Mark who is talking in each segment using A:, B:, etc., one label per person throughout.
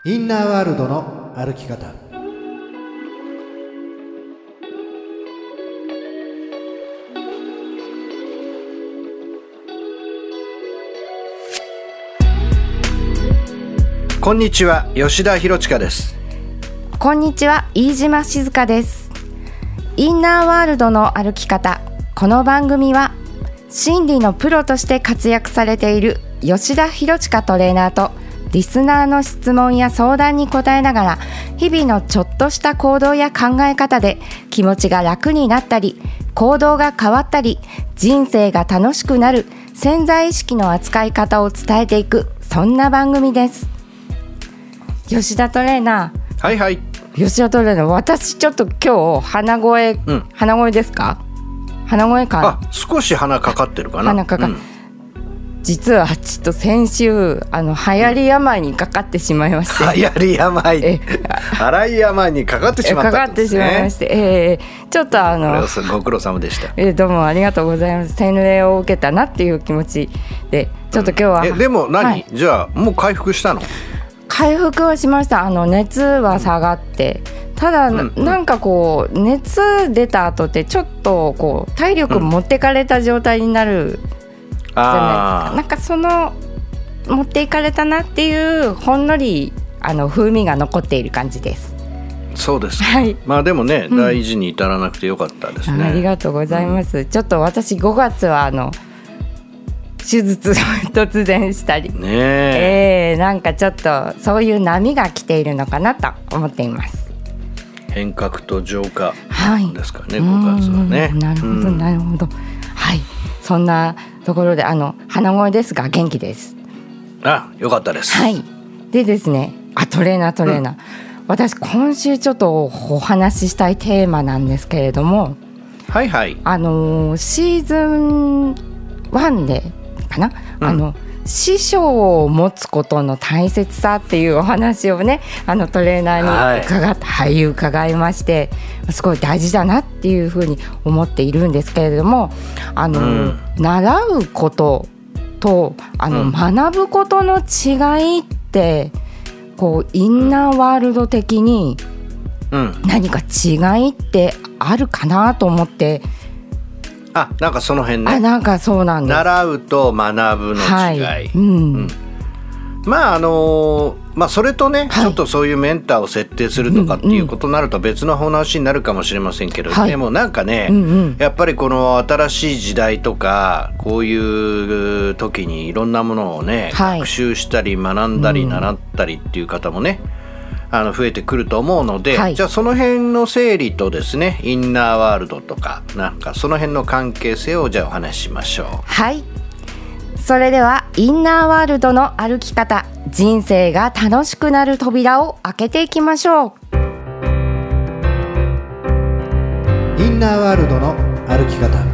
A: インナーワールドの歩き方。
B: こんにちは、吉田博親です。
C: こんにちは、飯島静香です。インナーワールドの歩き方。この番組は心理のプロとして活躍されている吉田博親トレーナーとリスナーの質問や相談に答えながら、日々のちょっとした行動や考え方で気持ちが楽になったり、行動が変わったり、人生が楽しくなる潜在意識の扱い方を伝えていく、そんな番組です。吉田トレーナー。
B: はいはい。
C: 吉田トレーナー、私ちょっと今日鼻声、鼻声ですか？鼻声か。
B: 少し鼻かかってるかな。
C: 鼻かか、実はちょっと先週流行り病にかかってしまいまして、
B: 流行り病、荒い病にかかってしまったんですね。
C: かかってしまいまして、ちょっと
B: ご苦労様でした。
C: どうもありがとうございます。洗礼を受けたなっていう気持ちで、ちょっと今日は、
B: でも何、
C: はい、
B: じゃあもう回復したの？
C: 回復はしました。熱は下がって、ただ、なんかこう熱出た後ってちょっとこう体力持ってかれた状態になるじゃないですか。なんかその持っていかれたなっていうほんのり風味が残っている感じです。
B: そうですか、
C: はい、
B: まあでもね、大事に至らなくてよかったですね。
C: ありがとうございます、ちょっと私5月は手術を突然したり、なんかちょっとそういう波が来ているのかなと思っています。
B: 変革と浄化ですかね、
C: 5
B: 月はね。
C: なるほどなるほど。はい、そんなところで鼻声ですが元気です。
B: よかったです。
C: はい。でですね、トレーナー、私今週ちょっとお話ししたいテーマなんですけれども、
B: はいはい。
C: シーズン1でかな、師匠を持つことの大切さっていうお話をね、トレーナーに伺いまして、すごい大事だなっていうふうに思っているんですけれども、習うことと学ぶことの違いってこうインナーワールド的に何か違いってあるかなと思って。
B: なんかその辺ね。
C: なんかそうなんです。
B: 習うと学ぶの違い、それとね、ちょっとそういうメンターを設定するとかっていうことになると別の話になるかもしれませんけど、でもなんかね、やっぱりこの新しい時代とかこういう時にいろんなものをね、学習したり学んだり習ったりっていう方もね、増えてくると思うので、じゃあその辺の整理とですね、インナーワールドとかなんかその辺の関係性をじゃあお話ししましょう。
C: はい、それではインナーワールドの歩き方、人生が楽しくなる扉を開けていきましょう。
A: インナーワールドの歩き方。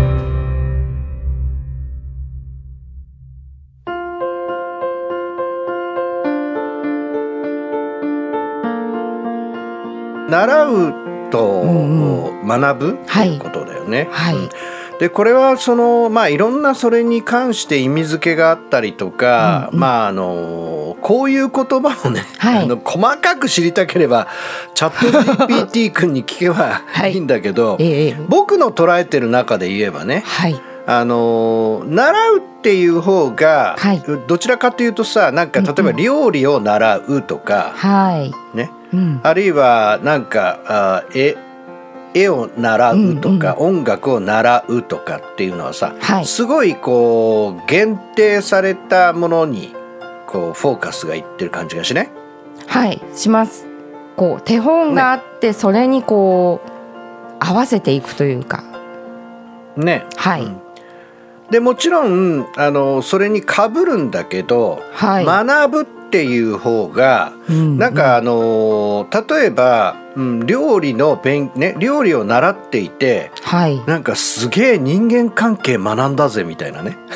B: 習うと学ぶっていうことだよね。でこれはいろんなそれに関して意味付けがあったりとか、こういう言葉をね、細かく知りたければチャット GPT 君に聞けばいいんだけど、僕の捉えてる中で言えばね、習うっていう方が、どちらかというとさ、なんか例えば料理を習うとか、ね、あるいはなんか絵を習うとか、音楽を習うとかっていうのはさ、すごいこう限定されたものにこうフォーカスがいってる感じがしない？
C: します。こう手本があって、それにこう合わせていくというかね。でもちろんそれに被るんだけど、学ぶっていう方が、なんか例えば、料理を習っていて、なんかすげえ人間関係学んだぜみたいなね。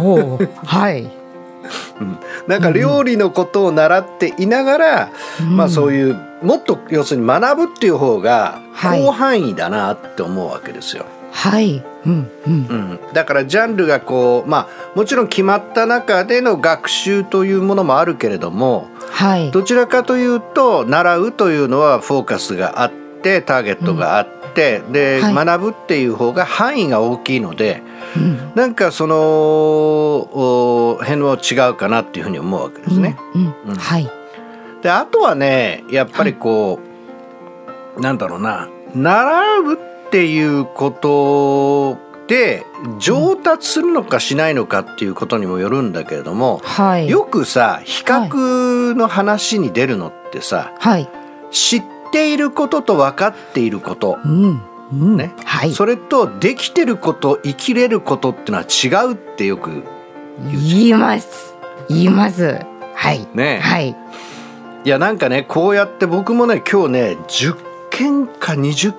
C: なんか料理のことを習っていながら、そういうもっと要するに学ぶっていう方が広範囲だなって思うわけですよ。だからジャンルがこう、もちろん決まった中での学習というものもあるけれども、 はい、
B: どちらかというと習うというのはフォーカスがあってターゲットがあって、で、はい、学ぶっていう方が範囲が大きいので、なんかその辺は違うかなっていうふうに思うわけですね。
C: はい、
B: であとはねやっぱりこう、なんだろうな、習うっていうことで上達するのかしないのかっていうことにもよるんだけれども、
C: はい、
B: よくさ比較の話に出るのってさ、
C: はい、
B: 知っていることと分かっていること、ね、
C: はい、
B: それとできてること生きれることってのは違うってよく
C: 言います。はい
B: ね、
C: はい、
B: いやなんかねこうやって僕もね今日ね10件か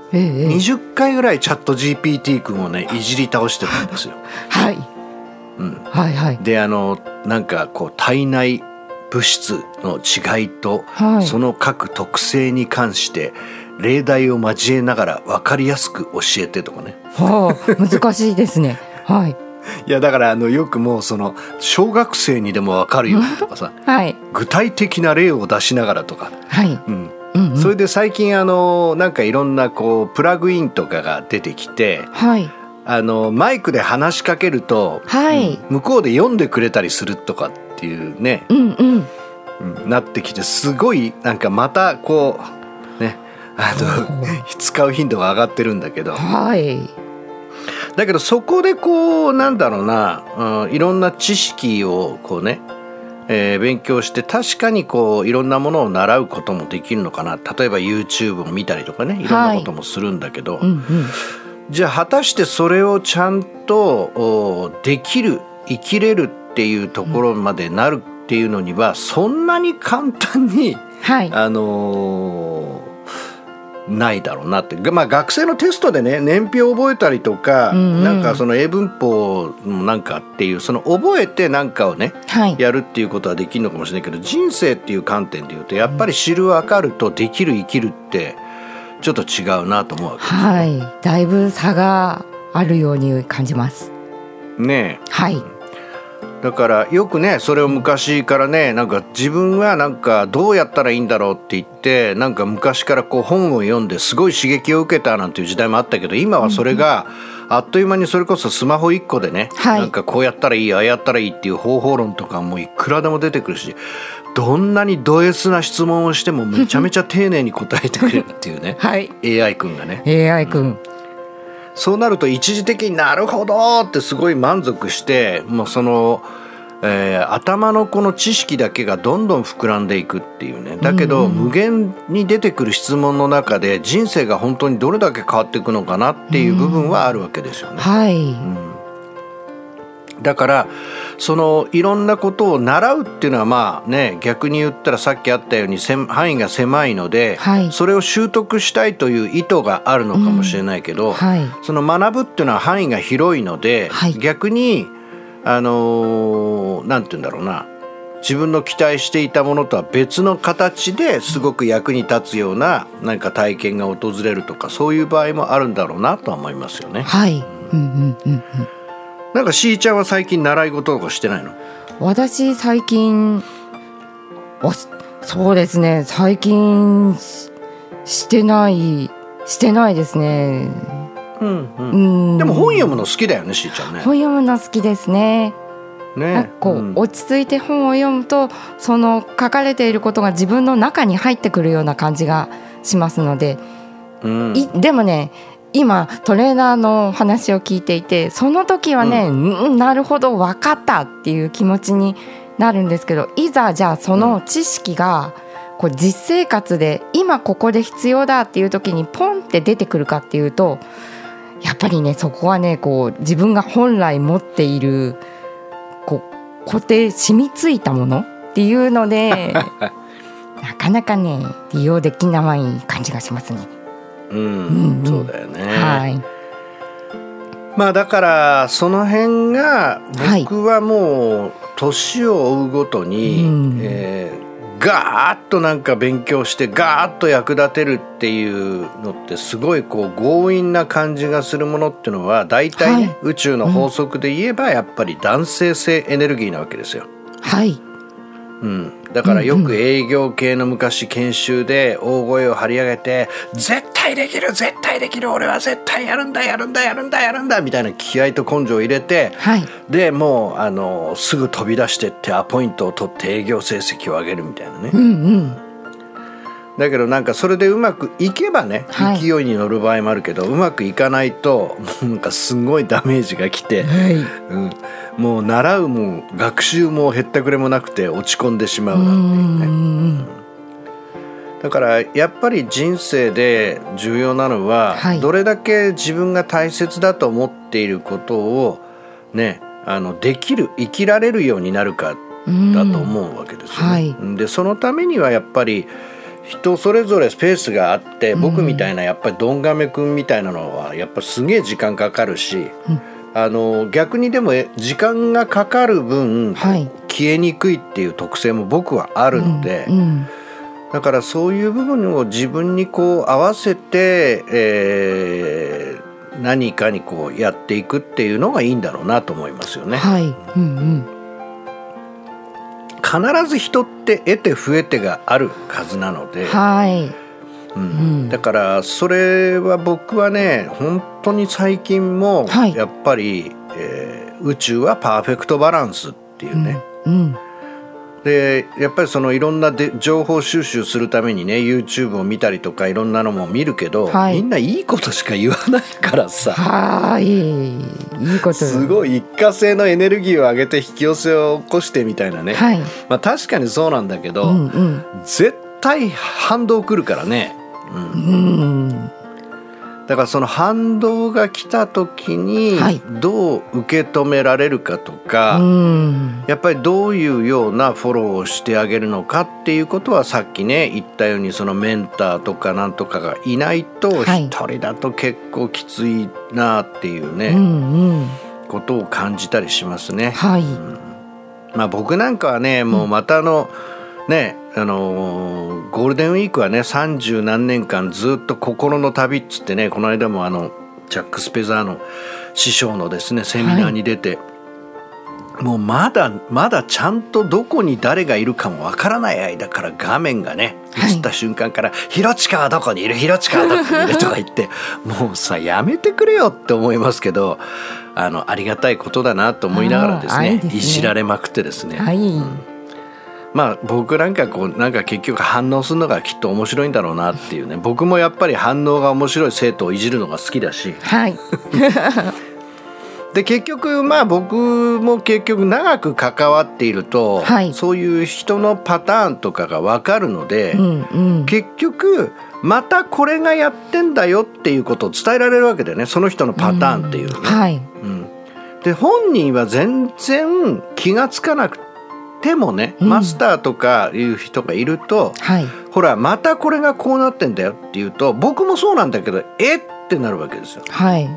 B: 20回ぐらいチャット GPT 君をねいじり倒してるんですよ。
C: はい、はいはい。
B: でなんかこう体内物質の違いと、はい、その各特性に関して例題を交えながら分かりやすく教えてとかね、
C: 難しいですね。はい、
B: いやだからよくもうその小学生にでも分かるようにとかさ、
C: はい、
B: 具体的な例を出しながらとか、
C: はい、
B: それで最近なんかいろんなこうプラグインとかが出てきて、
C: はい、
B: マイクで話しかけると、
C: はい、
B: 向こうで読んでくれたりするとかっていうね、なってきてすごいなんかまたこうね使う頻度が上がってるんだけど、
C: はい、
B: だけどそこでこうなんだろうな、いろんな知識をこうね、勉強して確かにこういろんなものを習うこともできるのかな。例えば YouTube を見たりとかねいろんなこともするんだけど、じゃあ果たしてそれをちゃんとできる生きれるっていうところまでなるっていうのにはそんなに簡単に、
C: はい、
B: ないだろうなって、まあ、学生のテストでね年表を覚えたりとか、なんかその英文法のなんかっていうその覚えてなんかをね、はい、やるっていうことはできるのかもしれないけど、人生っていう観点でいうとやっぱり知る分かるとできる生きるってちょっと違うなと思うわけですね。
C: はい、だいぶ差があるように感じます
B: ね。
C: はい、
B: だからよくねそれを昔からねなんか自分はなんかどうやったらいいんだろうって言ってなんか昔からこう本を読んですごい刺激を受けたなんていう時代もあったけど、今はそれがあっという間にそれこそスマホ1個でね、なんかこうやったらいいああやったらいいっていう方法論とかもいくらでも出てくるし、どんなにド S な質問をしてもめちゃめちゃ丁寧に答えてくれるっていうね、はい、AI 君がね
C: AI 君、
B: そうなると一時的になるほどってすごい満足して、もうその、頭のこの知識だけがどんどん膨らんでいくっていうね。だけど、無限に出てくる質問の中で人生が本当にどれだけ変わっていくのかなっていう部分はあるわけですよね。
C: はい、
B: だからそのいろんなことを習うっていうのはまあね、逆に言ったらさっきあったように範囲が狭いので、はい、それを習得したいという意図があるのかもしれないけど、はい、その学ぶっていうのは範囲が広いので、はい、逆になんて言うんだろうな、自分の期待していたものとは別の形ですごく役に立つようななんか体験が訪れるとか、そういう場合もあるんだろうなとは思いますよね。
C: はい、
B: なんかしーちゃんは最近習い事とかしてないの？
C: 私最近そうですね、最近してないですね。
B: でも本読むの好きだよね、しーちゃんね。
C: 本読むの好きですね。なんかこう、落ち着いて本を読むとその書かれていることが自分の中に入ってくるような感じがしますので、でもね今トレーナーの話を聞いていて、その時はね、なるほど分かったっていう気持ちになるんですけど、いざじゃあその知識がこう実生活で今ここで必要だっていう時にポンって出てくるかっていうと、やっぱりねそこはねこう自分が本来持っているこう固定染みついたものっていうのでなかなかね利用できない感じがしますね。
B: そうだよね。
C: はい、
B: まあだからその辺が僕はもう年を追うごとに、ガーッとなんか勉強してガーッと役立てるっていうのってすごいこう強引な感じがするものっていうのは大体ね、宇宙の法則で言えばやっぱり男性性エネルギーなわけですよ。
C: はい。
B: だからよく営業系の昔研修で大声を張り上げて、絶対できる絶対できる、俺は絶対やるんだやるんだやるんだやるんだみたいな気合と根性を入れて、はい、でもうすぐ飛び出してってアポイントを取って営業成績を上げるみたいなね、うんうん、だけどなんかそれでうまくいけばね、はい、勢いに乗る場合もあるけど、うまくいかないとなんかすごいダメージがきて、はい、うん、もう習うも学習もへったくれもなくて落ち込んでしまうなんていうね。だからやっぱり人生で重要なのは、はい、どれだけ自分が大切だと思っていることをね、できる、生きられるようになるかだと思うわけですよね、はい、でそのためにはやっぱり人それぞれスペースがあって、僕みたいなやっぱりドンガメ君みたいなのはやっぱすげえ時間かかるし、逆にでも時間がかかる分、はい、消えにくいっていう特性も僕はあるので、だからそういう部分を自分にこう合わせて、何かにこうやっていくっていうのがいいんだろうなと思いますよね、はい、うんうん、必ず人って得て増えてがあるはずなので、はい、うん、だからそれは僕はね、本当に最近もやっぱり、宇宙はパーフェクトバランスっていうね、うんうん、でやっぱりそのいろんな情報収集するためにね YouTube を見たりとかいろんなのも見るけど、はい、みんないいことしか言わないからさ、はいいいことすごい一過性のエネルギーを上げて引き寄せを起こしてみたいなね、はい、まあ、確かにそうなんだけど、うんうん、絶対反動来るからね、うんうん、だからその反動が来た時にどう受け止められるかとか、はい、やっぱりどういうようなフォローをしてあげるのかっていうことは、さっきね言ったようにそのメンターとかなんとかがいないと一人だと結構きついなっていうね、うんうん、ことを感じたりしますね、はい、うん、まあ、僕なんかはねもうまたね、ゴールデンウィークはね30何年間ずっと心の旅っつってね、この間もジャック・スペザーの師匠のですねセミナーに出て、はい、もうまだちゃんとどこに誰がいるかもわからない間から画面がね映った瞬間から、はい、ヒロチカはどこにいる、ヒロチカはどこにいるとか言ってもうさやめてくれよって思いますけど、ありがたいことだなと思いながらですね、いじられまくってですね、はい、うん、まあ、僕なんかなんか結局反応するのがきっと面白いんだろうなっていうね、僕もやっぱり反応が面白い生徒をいじるのが好きだし、はい、で結局まあ僕も結局長く関わっていると、はい、そういう人のパターンとかが分かるので、うんうん、結局またこれがやってんだよっていうことを伝えられるわけだよね、その人のパターンっていうね、うん、はい、うん、で本人は全然気がつかなくてでもね、マスターとかいう人がいると、はい、ほらまたこれがこうなってんだよっていうと、僕もそうなんだけどってなるわけですよ、はい、うん、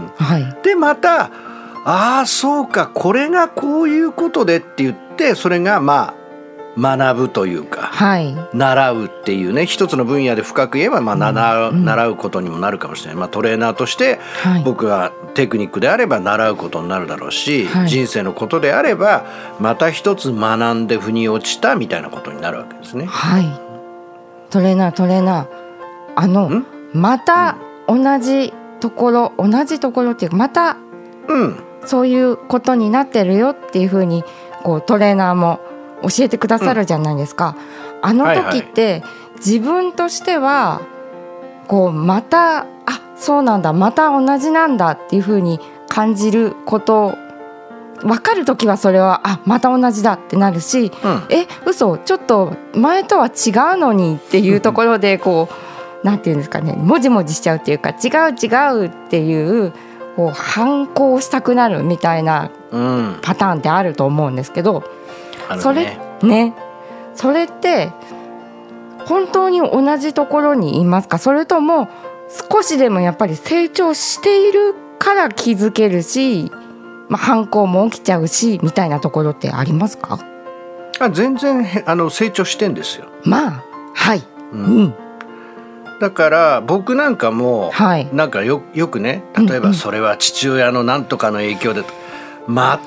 B: はい、でまたそうかこれがこういうことでって言って、それがまあ学ぶというか、はい、習うっていうね、一つの分野で深く言えば、まあ習うことにもなるかもしれない、まあ、トレーナーとして僕がテクニックであれば習うことになるだろうし、はい、人生のことであればまた一つ学んで腑に落ちたみたいなことになるわけですね、はい、トレーナーまた同じところっていうか、また、うん、そういうことになってるよっていうふうにこうトレーナーも教えてくださるじゃないですか、うん、時って、はいはい、自分としてはこうまたそうなんだ、また同じなんだっていう風に感じること分かるときは、それはまた同じだってなるし、うん、嘘ちょっと前とは違うのにっていうところでこうなんていうんですかね、もじもじしちゃうっていうか、違うっていうこう反抗したくなるみたいなパターンってあると思うんですけど、それって本当に同じところにいますか？それとも少しでもやっぱり成長しているから気づけるし、反抗も起きちゃうしみたいなところってありますか？全然成長してんですよ。はい、うんうん、だから僕なんかも、はい、なんかよくね、例えばそれは父親のなんとかの影響で、また父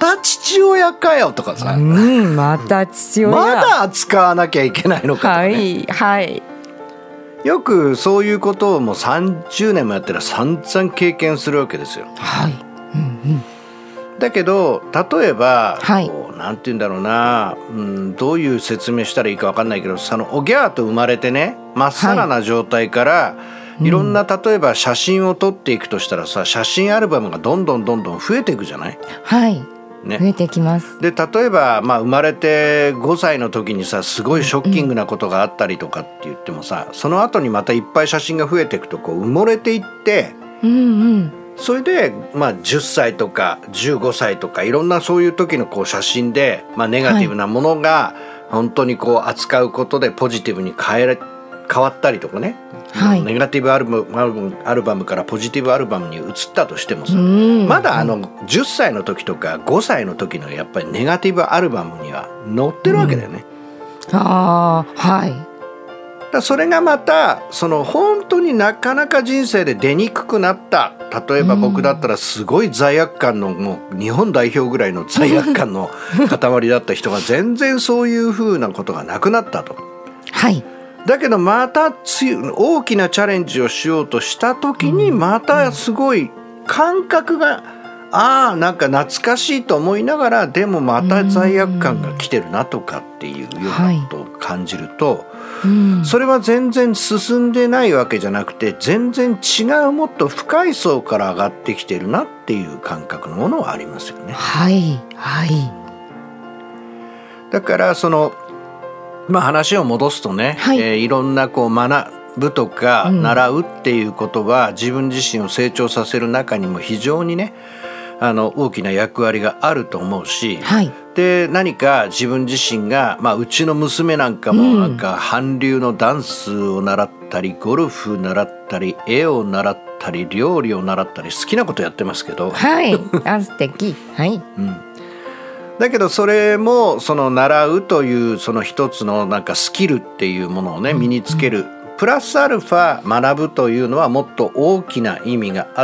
B: 父親かよとかさ、
C: また父親
B: まだ扱わなきゃいけないのかとかね、
C: はいはい、
B: よくそういうことをもう30年もやってら散々経験するわけですよ。
C: はい、
B: だけど例えば、
C: はい、
B: なんて言うんだろうな、どういう説明したらいいか分かんないけど、おぎゃーと生まれてね、まっさらな状態から、いろんな例えば写真を撮っていくとしたらさ、写真アルバムがどんどん増えていくじゃない。
C: はい
B: ね、
C: 増えてきます。
B: で例えば、生まれて5歳の時にさ、すごいショッキングなことがあったりとかって言ってもさ、その後にまたいっぱい写真が増えていくとこう埋もれていって、それで、10歳とか15歳とかいろんなそういう時のこう写真で、ネガティブなものが本当にこう扱うことでポジティブに変わったりとかね、ネガティブアルバムからポジティブアルバムに移ったとしてもさ、まだ10歳の時とか5歳の時のやっぱりネガティブアルバムには載ってるわけだよね。だそれがまた本当になかなか人生で出にくくなった、例えば僕だったらすごい罪悪感のもう日本代表ぐらいの罪悪感の塊だった人が全然そういう風なことがなくなったと。だけどまた大きなチャレンジをしようとした時にまたすごい感覚がなんか懐かしいと思いながら、でもまた罪悪感が来てるなとかっていうようなことを感じると、それは全然進んでないわけじゃなくて、全然違うもっと深い層から上がってきてるなっていう感覚のものはありますよね。だから話を戻すとね、いろんなこう学ぶとか習うっていうことは、自分自身を成長させる中にも非常にね大きな役割があると思うし、で何か自分自身が、うちの娘なんかもなんか韓流のダンスを習ったり、ゴルフ習ったり、絵を習ったり、料理を習ったり、好きなことやってますけど、
C: 素敵。
B: だけどそれも習うという一つのなんかスキルっていうものをね身につける、プラスアルファ学ぶというのはもっと大きな意味があって、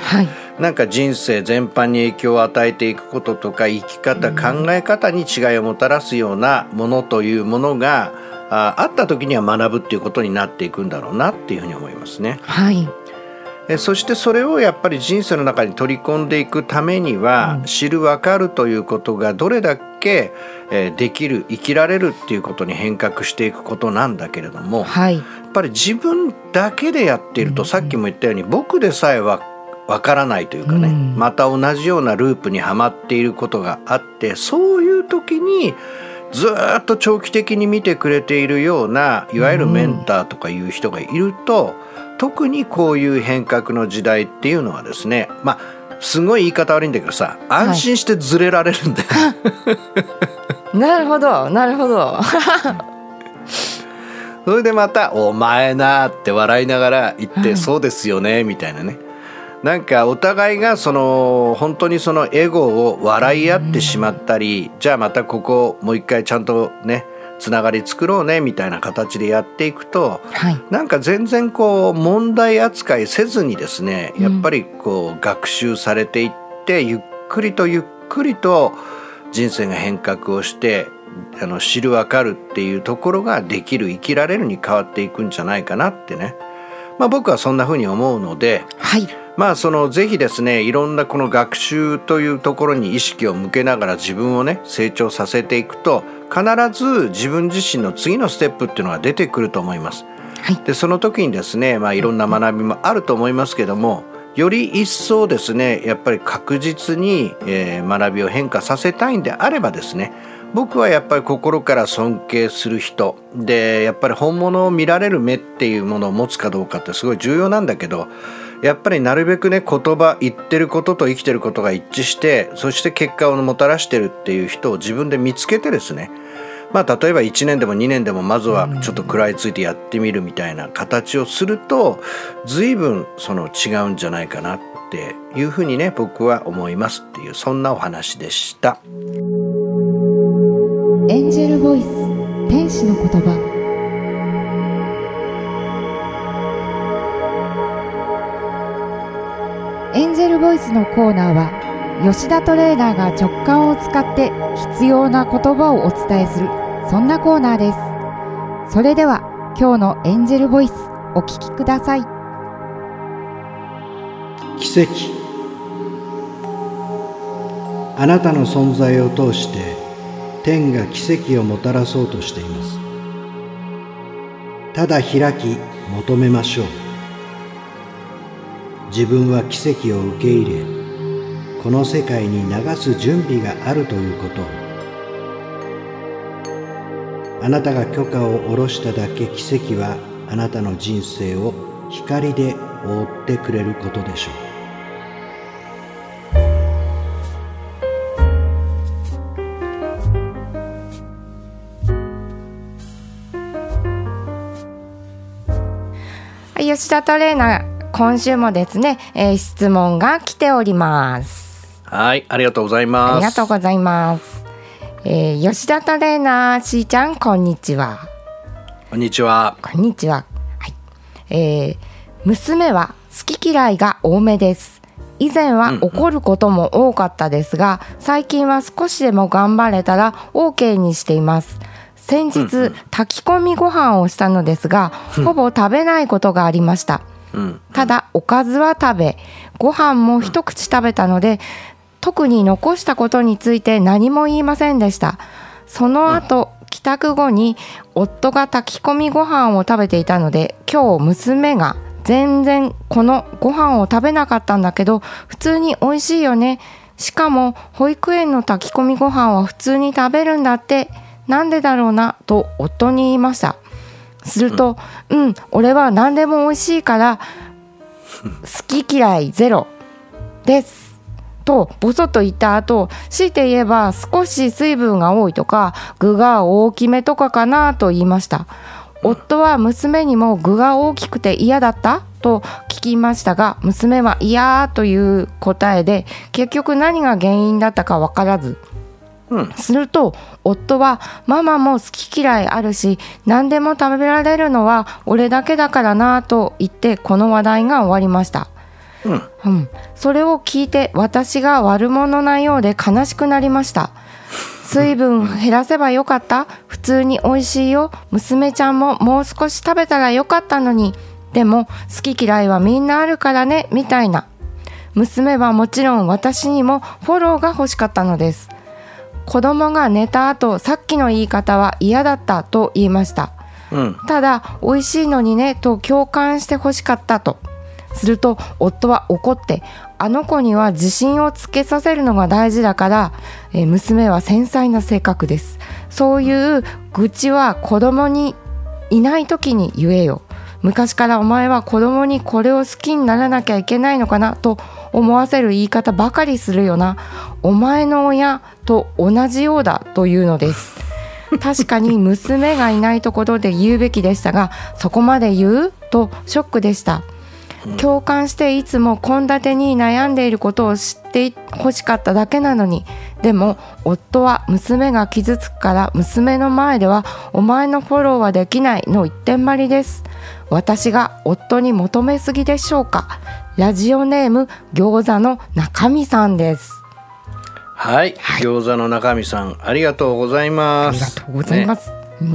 B: なんか人生全般に影響を与えていくこととか、生き方、考え方に違いをもたらすようなものというものがあった時には学ぶっていうことになっていくんだろうなっていうふうに思いますね。そしてそれをやっぱり人生の中に取り込んでいくためには、知る分かるということがどれだけできる、生きられるっていうことに変革していくことなんだけれども、やっぱり自分だけでやっていると、さっきも言ったように僕でさえは分からないというかね、また同じようなループにはまっていることがあって、そういう時にずっと長期的に見てくれているようないわゆるメンターとかいう人がいると、特にこういう変革の時代っていうのはですね、すごい言い方悪いんだけどさ、安心してずれられるんだよ、
C: なるほどなるほど
B: それでまたお前なって笑いながら言って、そうですよねみたいなね、なんかお互いが本当にエゴを笑い合ってしまったり、じゃあまたここもう一回ちゃんとねつながり作ろうねみたいな形でやっていくと、なんか全然こう問題扱いせずにですね、やっぱりこう学習されていって、ゆっくりと人生が変革をして知る分かるっていうところができる、生きられるに変わっていくんじゃないかなってね、僕はそんな風に思うので、ぜひですね、いろんなこの学習というところに意識を向けながら自分をね成長させていくと、必ず自分自身の次のステップっていうのが出てくると思います。でその時にですね、いろんな学びもあると思いますけども、より一層ですね、やっぱり確実に、学びを変化させたいんであればですね、僕はやっぱり心から尊敬する人で、やっぱり本物を見られる目っていうものを持つかどうかってすごい重要なんだけど、やっぱりなるべくね、言ってることと生きてることが一致して、そして結果をもたらしてるっていう人を自分で見つけてですね、例えば1年でも2年でもまずはちょっと食らいついてやってみるみたいな形をすると、随分違うんじゃないかなっていうふうにね、僕は思いますっていう、そんなお話でした。
C: エンジェルボイス、天使の言葉。エンジェルボイスのコーナーは吉田トレーナーが直感を使って必要な言葉をお伝えする、そんなコーナーです。それでは今日のエンジェルボイスお聞きください。
A: 奇跡。あなたの存在を通して天が奇跡をもたらそうとしています。ただ開き求めましょう。自分は奇跡を受け入れ、この世界に流す準備があるということを。あなたが許可を下ろしただけ、奇跡はあなたの人生を光で覆ってくれることでしょ
C: う。吉田トレーナー、今週もですね、質問が来ております。
B: はい、ありがとうございます。
C: ありがとうございます。吉田トレーナー、しーちゃん、こんにちは。
B: こんにちは。
C: こんにちは。はい。娘は好き嫌いが多めです。以前は怒ることも多かったですが、最近は少しでも頑張れたら OK にしています。先日、炊き込みご飯をしたのですが、ほぼ食べないことがありました。ただおかずは食べ、ご飯も一口食べたので、特に残したことについて何も言いませんでした。その後、帰宅後に夫が炊き込みご飯を食べていたので、今日娘が全然このご飯を食べなかったんだけど普通に美味しいよね、しかも保育園の炊き込みご飯は普通に食べるんだって、なんでだろうなと夫に言いました。すると、俺は何でも美味しいから好き嫌いゼロですとボソッと言った後、強いて言えば少し水分が多いとか具が大きめとかかなと言いました。夫は娘にも具が大きくて嫌だったと聞きましたが、娘は嫌という答えで、結局何が原因だったか分からず、すると夫はママも好き嫌いあるし何でも食べられるのは俺だけだからなと言って、この話題が終わりました。それを聞いて私が悪者なようで悲しくなりました。水分減らせばよかった、普通に美味しいよ、娘ちゃんももう少し食べたらよかったのに、でも好き嫌いはみんなあるからねみたいな。娘はもちろん私にもフォローが欲しかったのです。子供が寝た後、さっきの言い方は嫌だったと言いました。ただ美味しいのにねと共感して欲しかったと。すると夫は怒って、あの子には自信をつけさせるのが大事だから、娘は繊細な性格です。そういう愚痴は子供にいない時に言えよ。昔からお前は子供にこれを好きにならなきゃいけないのかなと思わせる言い方ばかりするよな。お前の親と同じようだというのです。確かに娘がいないところで言うべきでしたが、そこまで言うとショックでした。共感していつも献立に悩んでいることを知ってほしかっただけなのに。でも夫は娘が傷つくから娘の前ではお前のフォローはできないの一点張りです。私が夫に求めすぎでしょうか。ラジオネーム餃子の中身さんです。
B: はい、餃子の中身さん、ありがとうございます。
C: ありがとうございます、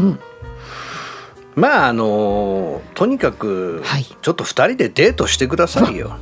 B: まあとにかく、ちょっと2人でデートしてくださいよ。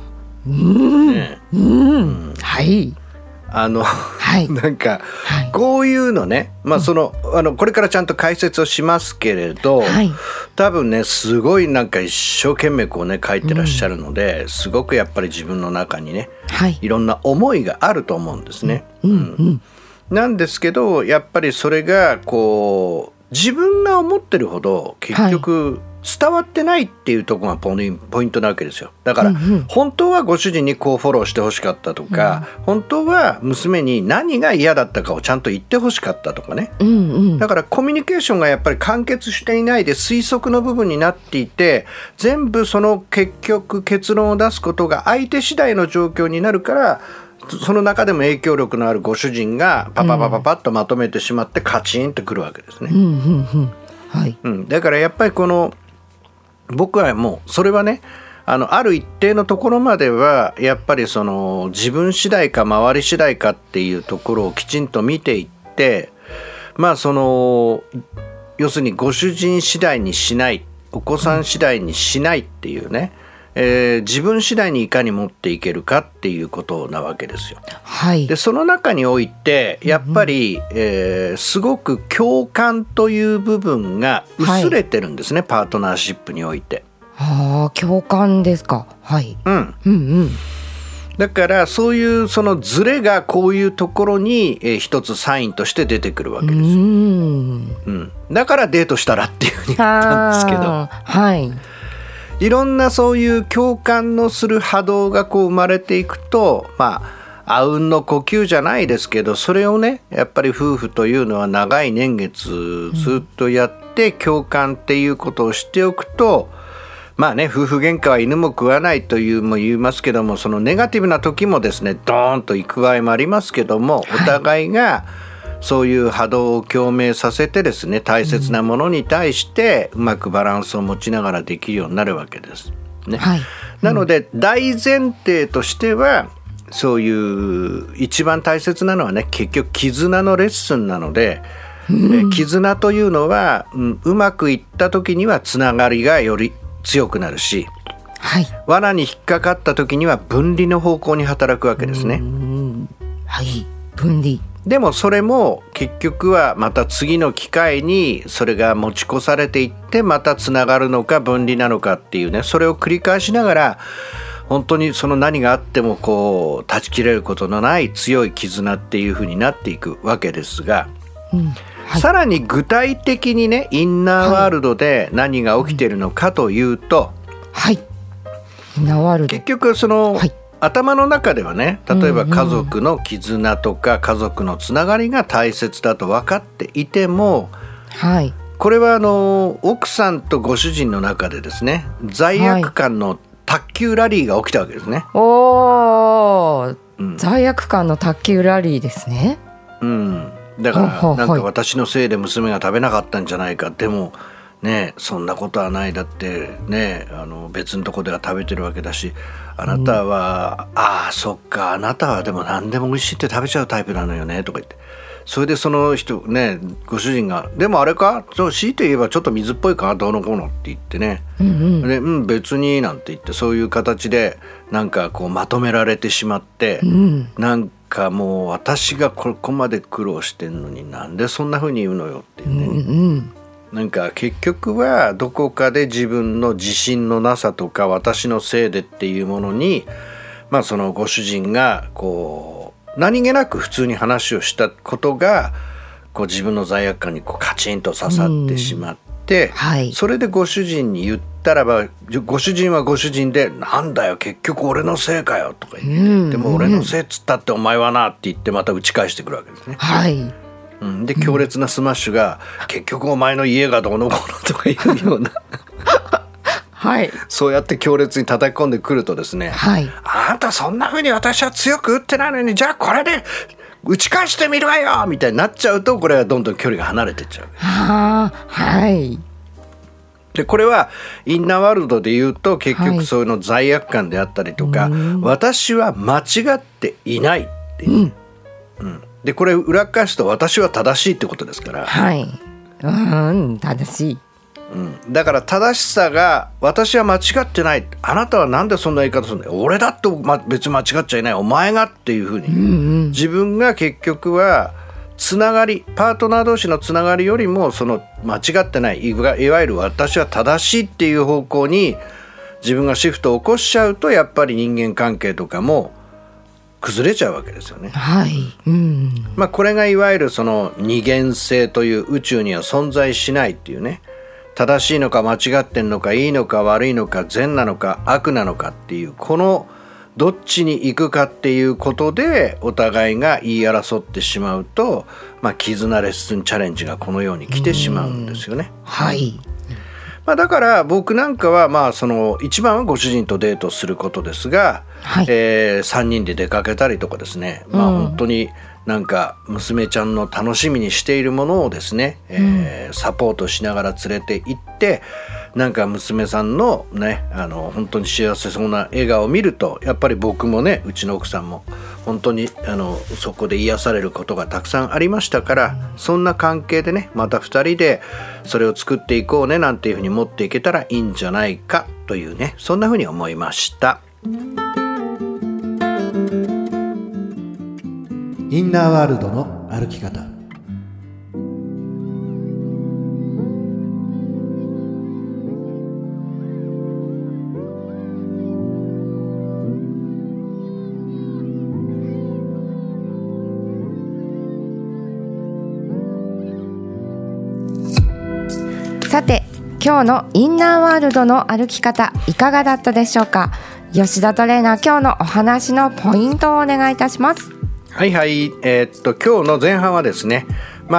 C: はい。
B: なんか、こういうのね、これからちゃんと解説をしますけれど、多分ねすごいなんか一生懸命こうね書いてらっしゃるので、すごくやっぱり自分の中にね、いろんな思いがあると思うんですね。なんですけど、やっぱりそれがこう自分が思ってるほど結局伝わってないっていうところがポイントなわけですよ。だから、本当はご主人にこうフォローしてほしかったとか、本当は娘に何が嫌だったかをちゃんと言ってほしかったとかね、だからコミュニケーションがやっぱり完結していないで推測の部分になっていて、全部その結局結論を出すことが相手次第の状況になるから、その中でも影響力のあるご主人がパパッとまとめてしまってカチンとくるわけですね。だからやっぱりこの僕はもうそれはね、 ある一定のところまではやっぱりその自分次第か周り次第かっていうところをきちんと見ていって、その要するにご主人次第にしない、お子さん次第にしないっていうね、自分次第にいかに持っていけるかっていうことなわけですよ。
C: はい、
B: でその中においてやっぱり、すごく共感という部分が薄れてるんですね、パートナーシップにおいて。
C: 共感ですか。はい、
B: だからそういうそのズレがこういうところに、一つサインとして出てくるわけです。だからデートしたらっていうふうに言ったんですけど、いろんなそういう共感のする波動がこう生まれていくと、あうんの呼吸じゃないですけど、それをねやっぱり夫婦というのは長い年月ずっとやって共感っていうことをしておくと、夫婦喧嘩は犬も食わないというも言いますけども、そのネガティブな時もですねドーンと行く場合もありますけども、お互いがそういう波動を共鳴させてですね、大切なものに対してうまくバランスを持ちながらできるようになるわけですね。なので大前提としては、そういう一番大切なのはね、結局絆のレッスンなので、絆というのは、うまくいった時にはつながりがより強くなるし、罠に引っかかった時には分離の方向に働くわけですね。
C: 分離
B: でもそれも結局はまた次の機会にそれが持ち越されていってまたつながるのか分離なのかっていうね、それを繰り返しながら本当にその何があってもこう断ち切れることのない強い絆っていう風になっていくわけですが、さらに具体的にねインナーワールドで何が起きているのかというと、
C: インナーワールド
B: 結局その、頭の中ではね、例えば家族の絆とか家族のつながりが大切だと分かっていても、これは奥さんとご主人の中でですね、罪悪感の卓球ラリーが起きたわけですね。
C: 罪悪感の卓球ラリーですね。
B: だからなんか私のせいで娘が食べなかったんじゃないか、でもねそんなことはない、だってね別のとこでは食べてるわけだし、あなたは、そっか、あなたはでも何でも美味しいって食べちゃうタイプなのよねとか言って、それでその人ね、ご主人がでもあれか、強いて言えばちょっっと水っぽいかどうのこうのって言ってね、で別になんて言って、そういう形でなんかこうまとめられてしまって、なんかもう私がここまで苦労してんのになんでそんな風に言うのよっていうね、なんか結局はどこかで自分の自信のなさとか私のせいでっていうものに、そのご主人がこう何気なく普通に話をしたことがこう自分の罪悪感にこうカチンと刺さってしまって、それでご主人に言ったらば、ご主人はご主人でなんだよ結局俺のせいかよとか言って、でも俺のせいっつったってお前はなって言ってまた打ち返してくるわけですね。で強烈なスマッシュが、結局お前の家がどうのこうのとかいうようなそうやって強烈に叩き込んでくるとですね、あんたそんな風に私は強く打ってないのに、じゃあこれで打ち返してみるわよみたいになっちゃうと、これはどんどん距離が離れていっちゃう。でこれはインナーワールドで言うと結局そういうの罪悪感であったりとか、私は間違っていないっていう、でこれ裏返すと私は正しいってことですから、
C: 正しい、
B: だから正しさが私は間違ってない、あなたはなんでそんな言い方するんだよ、俺だって別に間違っちゃいない、お前がっていうふうに、自分が結局はつながり、パートナー同士のつながりよりもその間違ってない、いわゆる私は正しいっていう方向に自分がシフトを起こしちゃうと、やっぱり人間関係とかも崩れちゃうわけですよね。これがいわゆるその二元性という、宇宙には存在しないっていうね、正しいのか間違ってんのか、いいのか悪いのか、善なのか悪なのかっていう、このどっちに行くかっていうことでお互いが言い争ってしまうと、絆レッスンチャレンジがこのように来てしまうんですよね。だから僕なんかはその一番はご主人とデートすることですが、3人で出かけたりとかですね、本当になんか娘ちゃんの楽しみにしているものをですね、サポートしながら連れて行って、 なんか娘さんのね本当に幸せそうな笑顔を見ると、やっぱり僕もね、うちの奥さんも本当にそこで癒されることがたくさんありましたから、そんな関係でね、また2人でそれを作っていこうねなんていうふうに持っていけたらいいんじゃないかというね、そんなふうに思いました。
A: インナーワールドの歩き方。
C: さて、今日のインナーワールドの歩き方いかがだったでしょうか。吉田トレーナー、今日のお話のポイントをお願いいたします。
B: はいはい、今日の前半はですね、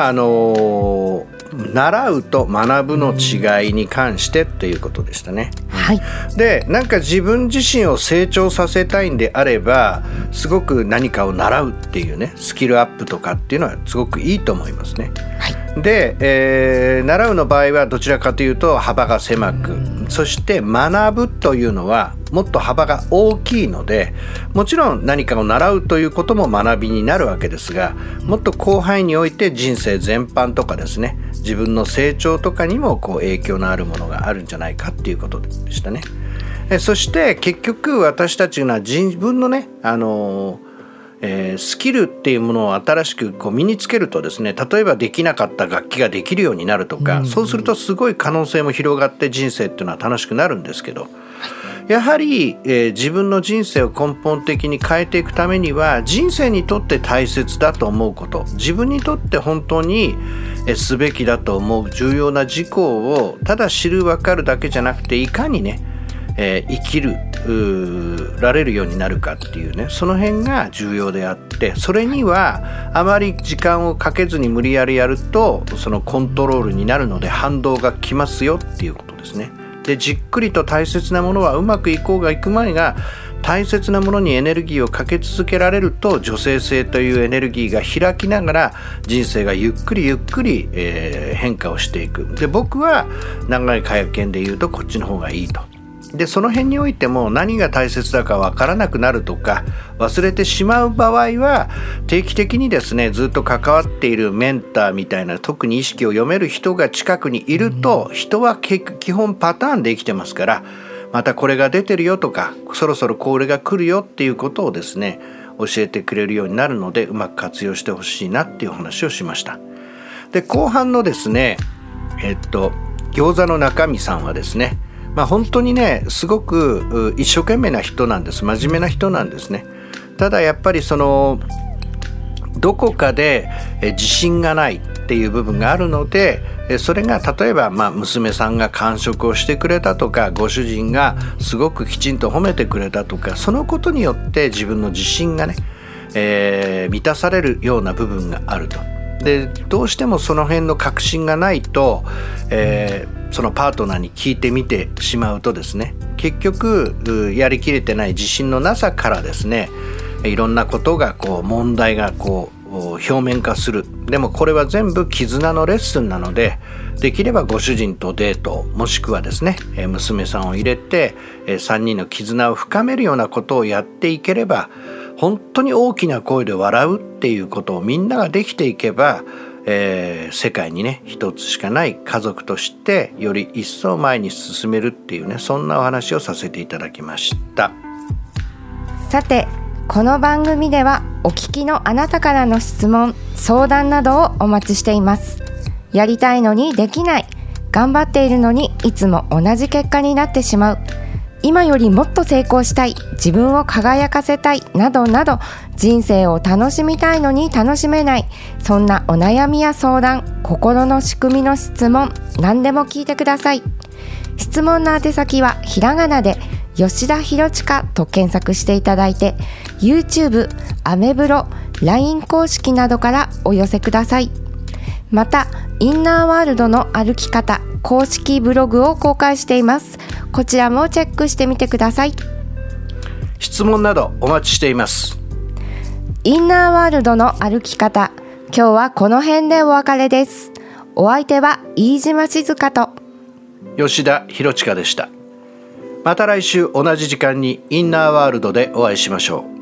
B: 習うと学ぶの違いに関してということでしたね。
C: はい。
B: で、なんか自分自身を成長させたいんであれば、すごく何かを習うっていうね、スキルアップとかっていうのはすごくいいと思いますね。
C: はい。
B: で、習うの場合はどちらかというと幅が狭く、そして学ぶというのはもっと幅が大きいので、もちろん何かを習うということも学びになるわけですが、もっと広範囲において人生全般とかですね、自分の成長とかにも影響のあるものがあるんじゃないかっていうことでしたね。そして結局私たちが自分のね、スキルっていうものを新しく身につけるとですね、例えばできなかった楽器ができるようになるとか、そうするとすごい可能性も広がって人生っていうのは楽しくなるんですけど、やはり、自分の人生を根本的に変えていくためには、人生にとって大切だと思うこと、自分にとって本当にすべきだと思う重要な事項をただ知る分かるだけじゃなくて、いかにね、生きられるようになるかっていうね、その辺が重要であって、それにはあまり時間をかけずに無理やりやるとそのコントロールになるので反動がきますよっていうことですね。で、じっくりと大切なものはうまくいこうがいくまいが、大切なものにエネルギーをかけ続けられると、女性性というエネルギーが開きながら人生がゆっくりゆっくり、変化をしていく。で、僕は長い会見で言うとこっちの方がいいと。で、その辺においても何が大切だか分からなくなるとか忘れてしまう場合は、定期的にですね、ずっと関わっているメンターみたいな、特に意識を読める人が近くにいると、人は基本パターンで生きてますから、またこれが出てるよとか、そろそろこれが来るよっていうことをですね、教えてくれるようになるので、うまく活用してほしいなっていう話をしました。で、後半のですね、餃子の中身さんはですね、本当にね、すごく一生懸命な人なんです。真面目な人なんですね。ただやっぱりどこかで自信がないっていう部分があるので、それが例えば娘さんが完食をしてくれたとか、ご主人がすごくきちんと褒めてくれたとか、そのことによって自分の自信がね、満たされるような部分があると。で、どうしてもその辺の確信がないと、そのパートナーに聞いてみてしまうとですね、結局やりきれてない自信のなさからですね、いろんなことが問題が表面化する。でもこれは全部絆のレッスンなので、できればご主人とデート、もしくはですね、娘さんを入れて3人の絆を深めるようなことをやっていければ、本当に大きな声で笑うっていうことをみんなができていけば、世界にね、一つしかない家族としてより一層前に進めるっていうね、そんなお話をさせていただきました。
C: さて、この番組ではお聞きのあなたからの質問、相談などをお待ちしています。やりたいのにできない、頑張っているのにいつも同じ結果になってしまう、今よりもっと成功したい、自分を輝かせたいなどなど、人生を楽しみたいのに楽しめない、そんなお悩みや相談、心の仕組みの質問、何でも聞いてください。質問の宛先はひらがなで吉田ひろちかと検索していただいて、 YouTube、アメブロ、LINE 公式などからお寄せください。また、インナーワールドの歩き方公式ブログを公開しています。こちらもチェックしてみてください。
B: 質問などお待ちしています。
C: インナーワールドの歩き方、今日はこの辺でお別れです。お相手は飯島静香と
B: 吉田博親でした。また来週同じ時間にインナーワールドでお会いしましょう。